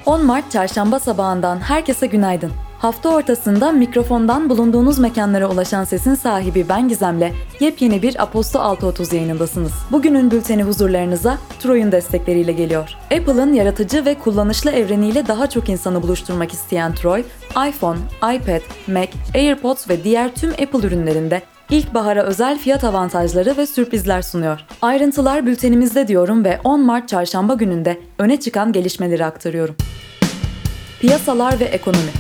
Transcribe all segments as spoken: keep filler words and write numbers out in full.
on Mart Çarşamba sabahından herkese günaydın. Hafta ortasında mikrofondan bulunduğunuz mekanlara ulaşan sesin sahibi ben Gizem'le yepyeni bir Aposto altı otuz yayınındasınız. Bugünün bülteni huzurlarınıza Troy'un destekleriyle geliyor. Apple'ın yaratıcı ve kullanışlı evreniyle daha çok insanı buluşturmak isteyen Troy, iPhone, iPad, Mac, AirPods ve diğer tüm Apple ürünlerinde İlkbahara özel fiyat avantajları ve sürprizler sunuyor. Ayrıntılar bültenimizde diyorum ve on Mart Çarşamba gününde öne çıkan gelişmeleri aktarıyorum. Piyasalar ve ekonomi.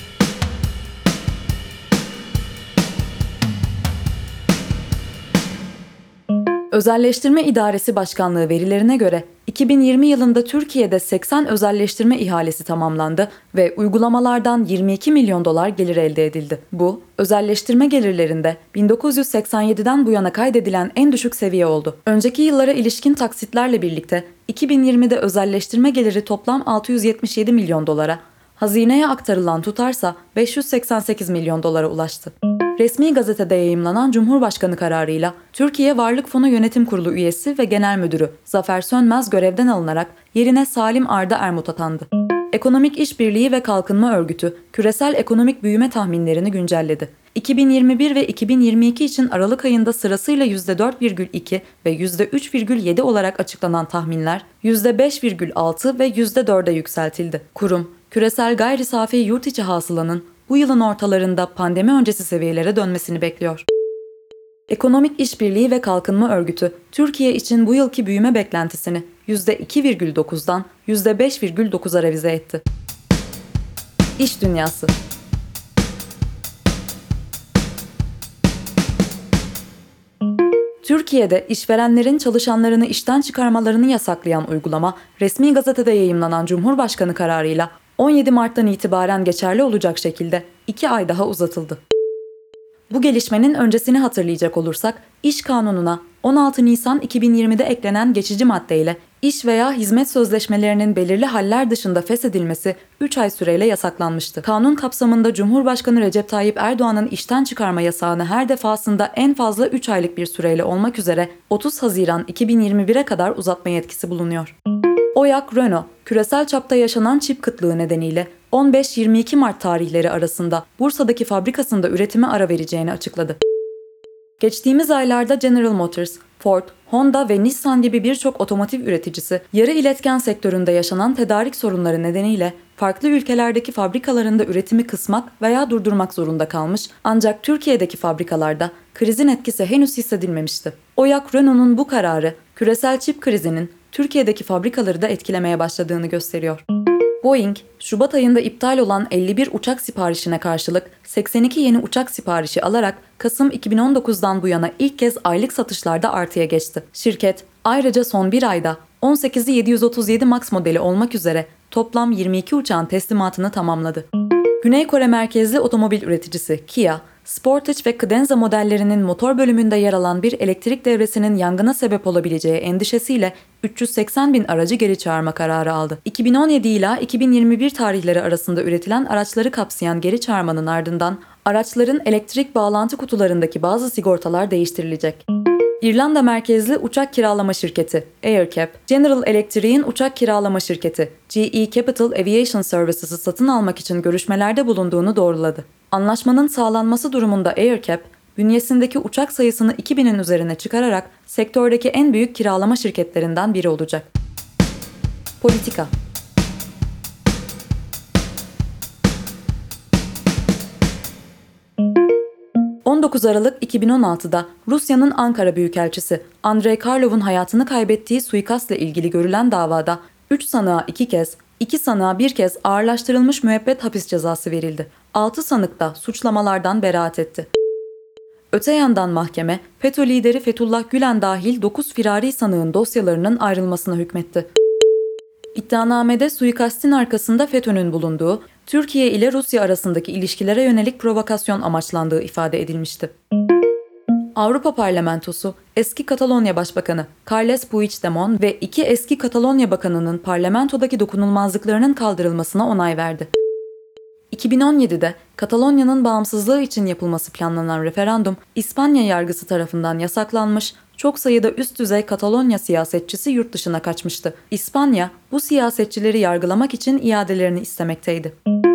Özelleştirme İdaresi Başkanlığı verilerine göre iki bin yirmi yılında Türkiye'de seksen özelleştirme ihalesi tamamlandı ve uygulamalardan yirmi iki milyon dolar gelir elde edildi. Bu, özelleştirme gelirlerinde bin dokuz yüz seksen yediden bu yana kaydedilen en düşük seviye oldu. Önceki yıllara ilişkin taksitlerle birlikte iki bin yirmide özelleştirme geliri toplam altı yüz yetmiş yedi milyon dolara, hazineye aktarılan tutarsa beş yüz seksen sekiz milyon dolara ulaştı. Resmi gazetede yayımlanan Cumhurbaşkanı kararıyla Türkiye Varlık Fonu Yönetim Kurulu üyesi ve Genel Müdürü Zafer Sönmez görevden alınarak yerine Salim Arda Ermut atandı. Ekonomik İşbirliği ve Kalkınma Örgütü küresel ekonomik büyüme tahminlerini güncelledi. iki bin yirmi bir ve iki bin yirmi iki için Aralık ayında sırasıyla yüzde dört virgül iki ve yüzde üç virgül yedi olarak açıklanan tahminler yüzde beş virgül altı ve yüzde dörde yükseltildi. Kurum, küresel gayri safi yurt içi hasılanın bu yılın ortalarında pandemi öncesi seviyelere dönmesini bekliyor. Ekonomik İşbirliği ve Kalkınma Örgütü, Türkiye için bu yılki büyüme beklentisini yüzde iki virgül dokuzdan yüzde beş virgül dokuza revize etti. İş dünyası. Türkiye'de işverenlerin çalışanlarını işten çıkarmalarını yasaklayan uygulama, resmi gazetede yayımlanan Cumhurbaşkanı kararıyla on yedi Mart'tan itibaren geçerli olacak şekilde iki ay daha uzatıldı. Bu gelişmenin öncesini hatırlayacak olursak, İş Kanunu'na on altı Nisan iki bin yirmide eklenen geçici maddeyle iş veya hizmet sözleşmelerinin belirli haller dışında feshedilmesi üç ay süreyle yasaklanmıştı. Kanun kapsamında Cumhurbaşkanı Recep Tayyip Erdoğan'ın işten çıkarma yasağını her defasında en fazla üç aylık bir süreyle olmak üzere otuz Haziran iki bin yirmi bire kadar uzatma yetkisi bulunuyor. Oyak Renault, küresel çapta yaşanan çip kıtlığı nedeniyle on beş yirmi iki Mart tarihleri arasında Bursa'daki fabrikasında üretime ara vereceğini açıkladı. Geçtiğimiz aylarda General Motors, Ford, Honda ve Nissan gibi birçok otomotiv üreticisi, yarı iletken sektöründe yaşanan tedarik sorunları nedeniyle farklı ülkelerdeki fabrikalarında üretimi kısmak veya durdurmak zorunda kalmış, ancak Türkiye'deki fabrikalarda krizin etkisi henüz hissedilmemişti. Oyak Renault'un bu kararı, küresel çip krizinin Türkiye'deki fabrikaları da etkilemeye başladığını gösteriyor. Boeing, Şubat ayında iptal olan elli bir uçak siparişine karşılık seksen iki yeni uçak siparişi alarak Kasım iki bin on dokuzdan bu yana ilk kez aylık satışlarda artıya geçti. Şirket, ayrıca son bir ayda on sekizi yedi yüz otuz yedi Max modeli olmak üzere toplam yirmi iki uçağın teslimatını tamamladı. Güney Kore merkezli otomobil üreticisi Kia, Sportage ve Cadenza modellerinin motor bölümünde yer alan bir elektrik devresinin yangına sebep olabileceği endişesiyle üç yüz seksen bin aracı geri çağırma kararı aldı. iki bin on yedi ila iki bin yirmi bir tarihleri arasında üretilen araçları kapsayan geri çağırmanın ardından araçların elektrik bağlantı kutularındaki bazı sigortalar değiştirilecek. İrlanda merkezli uçak kiralama şirketi AerCap, General Electric'in uçak kiralama şirketi G E Capital Aviation Services'ı satın almak için görüşmelerde bulunduğunu doğruladı. Anlaşmanın sağlanması durumunda AerCap, bünyesindeki uçak sayısını iki binin üzerine çıkararak sektördeki en büyük kiralama şirketlerinden biri olacak. Politika. on dokuz Aralık iki bin on altıda Rusya'nın Ankara Büyükelçisi Andrei Karlov'un hayatını kaybettiği suikastla ilgili görülen davada üç sanığa iki kez, iki sanığa bir kez ağırlaştırılmış müebbet hapis cezası verildi. altı sanık da suçlamalardan beraat etti. Öte yandan mahkeme, FETÖ lideri Fethullah Gülen dahil dokuz firari sanığın dosyalarının ayrılmasına hükmetti. İddianamede suikastin arkasında FETÖ'nün bulunduğu, Türkiye ile Rusya arasındaki ilişkilere yönelik provokasyon amaçlandığı ifade edilmişti. Avrupa Parlamentosu, eski Katalonya Başbakanı Carles Puigdemont ve iki eski Katalonya Bakanı'nın parlamentodaki dokunulmazlıklarının kaldırılmasına onay verdi. iki bin on yedide Katalonya'nın bağımsızlığı için yapılması planlanan referandum, İspanya yargısı tarafından yasaklanmış, çok sayıda üst düzey Katalonya siyasetçisi yurt dışına kaçmıştı. İspanya bu siyasetçileri yargılamak için iadelerini istemekteydi.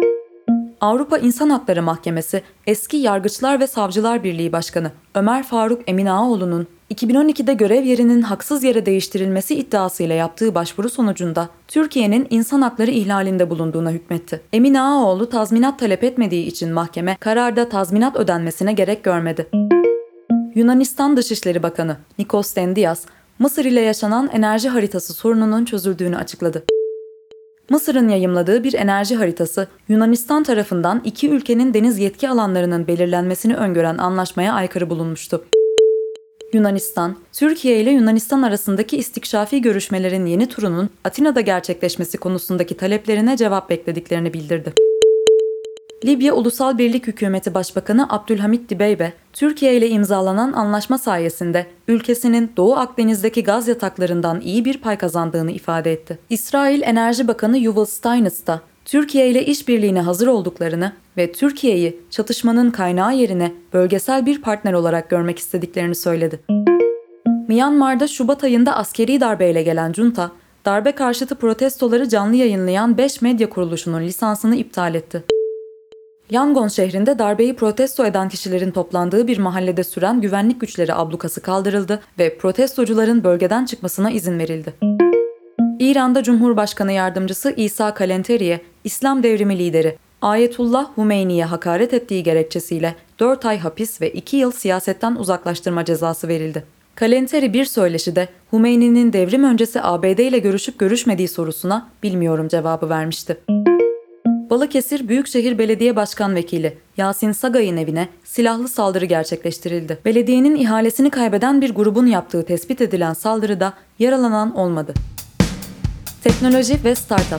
Avrupa İnsan Hakları Mahkemesi, eski Yargıçlar ve Savcılar Birliği Başkanı Ömer Faruk Eminaoğlu'nun iki bin on ikide görev yerinin haksız yere değiştirilmesi iddiasıyla yaptığı başvuru sonucunda Türkiye'nin insan hakları ihlalinde bulunduğuna hükmetti. Eminaoğlu tazminat talep etmediği için mahkeme kararda tazminat ödenmesine gerek görmedi. Yunanistan Dışişleri Bakanı Nikos Dendias, Mısır ile yaşanan enerji haritası sorununun çözüldüğünü açıkladı. Mısır'ın yayımladığı bir enerji haritası, Yunanistan tarafından iki ülkenin deniz yetki alanlarının belirlenmesini öngören anlaşmaya aykırı bulunmuştu. Yunanistan, Türkiye ile Yunanistan arasındaki istikşafi görüşmelerin yeni turunun Atina'da gerçekleşmesi konusundaki taleplerine cevap beklediklerini bildirdi. Libya Ulusal Birlik Hükümeti Başbakanı Abdülhamit Dibeybe, Türkiye ile imzalanan anlaşma sayesinde ülkesinin Doğu Akdeniz'deki gaz yataklarından iyi bir pay kazandığını ifade etti. İsrail Enerji Bakanı Yuval Steinitz da Türkiye ile işbirliğine hazır olduklarını ve Türkiye'yi çatışmanın kaynağı yerine bölgesel bir partner olarak görmek istediklerini söyledi. Myanmar'da Şubat ayında askeri darbeyle gelen junta, darbe karşıtı protestoları canlı yayınlayan beş medya kuruluşunun lisansını iptal etti. Yangon şehrinde darbeyi protesto eden kişilerin toplandığı bir mahallede süren güvenlik güçleri ablukası kaldırıldı ve protestocuların bölgeden çıkmasına izin verildi. İran'da Cumhurbaşkanı Yardımcısı İsa Kalenteri'ye İslam devrimi lideri Ayetullah Humeyni'ye hakaret ettiği gerekçesiyle dört ay hapis ve iki yıl siyasetten uzaklaştırma cezası verildi. Kalenteri bir söyleşide Humeyni'nin devrim öncesi A B D ile görüşüp görüşmediği sorusuna bilmiyorum cevabı vermişti. Balıkesir Büyükşehir Belediye Başkan Vekili Yasin Sagay'ın evine silahlı saldırı gerçekleştirildi. Belediyenin ihalesini kaybeden bir grubun yaptığı tespit edilen saldırıda yaralanan olmadı. Teknoloji ve Startup.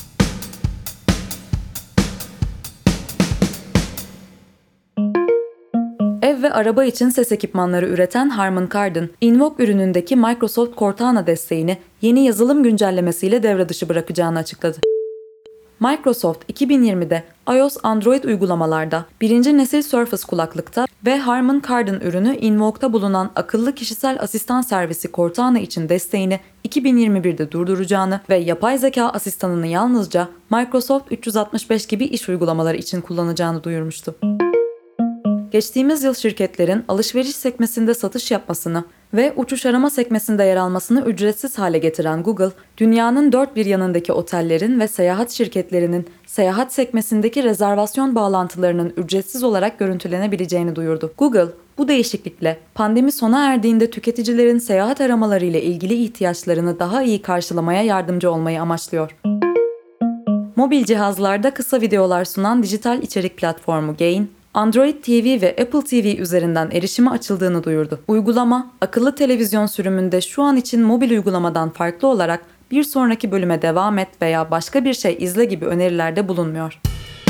Ev ve araba için ses ekipmanları üreten Harman Kardon, Invoke ürünündeki Microsoft Cortana desteğini yeni yazılım güncellemesiyle devre dışı bırakacağını açıkladı. Microsoft iki bin yirmide iOS Android uygulamalarda birinci nesil Surface kulaklıkta ve Harman Kardon ürünü Invoke'da bulunan akıllı kişisel asistan servisi Cortana için desteğini iki bin yirmi birde durduracağını ve yapay zeka asistanını yalnızca Microsoft üç yüz altmış beş gibi iş uygulamaları için kullanacağını duyurmuştu. Geçtiğimiz yıl şirketlerin alışveriş sekmesinde satış yapmasını ve uçuş arama sekmesinde yer almasını ücretsiz hale getiren Google, dünyanın dört bir yanındaki otellerin ve seyahat şirketlerinin seyahat sekmesindeki rezervasyon bağlantılarının ücretsiz olarak görüntülenebileceğini duyurdu. Google, bu değişiklikle pandemi sona erdiğinde tüketicilerin seyahat aramaları ile ilgili ihtiyaçlarını daha iyi karşılamaya yardımcı olmayı amaçlıyor. Mobil cihazlarda kısa videolar sunan dijital içerik platformu Gain, Android T V ve Apple T V üzerinden erişime açıldığını duyurdu. Uygulama, akıllı televizyon sürümünde şu an için mobil uygulamadan farklı olarak bir sonraki bölüme devam et veya başka bir şey izle gibi önerilerde bulunmuyor.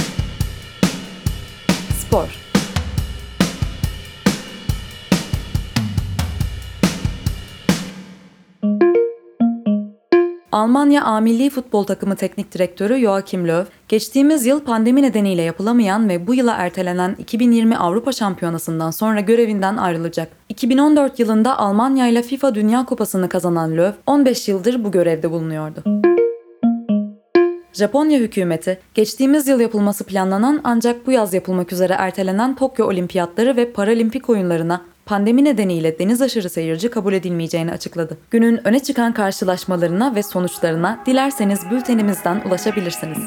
Spor. Almanya A Milli Futbol Takımı Teknik Direktörü Joachim Löw, geçtiğimiz yıl pandemi nedeniyle yapılamayan ve bu yıla ertelenen iki bin yirmi Avrupa Şampiyonası'ndan sonra görevinden ayrılacak. iki bin on dört yılında Almanya ile FIFA Dünya Kupası'nı kazanan Löw, on beş yıldır bu görevde bulunuyordu. Japonya hükümeti, geçtiğimiz yıl yapılması planlanan ancak bu yaz yapılmak üzere ertelenen Tokyo Olimpiyatları ve Paralimpik oyunlarına pandemi nedeniyle deniz aşırı seyirci kabul edilmeyeceğini açıkladı. Günün öne çıkan karşılaşmalarına ve sonuçlarına dilerseniz bültenimizden ulaşabilirsiniz.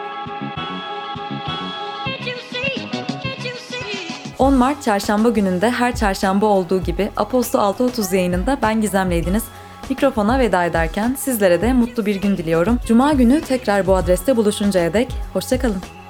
on Mart Çarşamba gününde her çarşamba olduğu gibi Aposto altı otuz yayınında ben Gizem'leydiniz. Mikrofona veda ederken sizlere de mutlu bir gün diliyorum. Cuma günü tekrar bu adreste buluşuncaya dek hoşça kalın.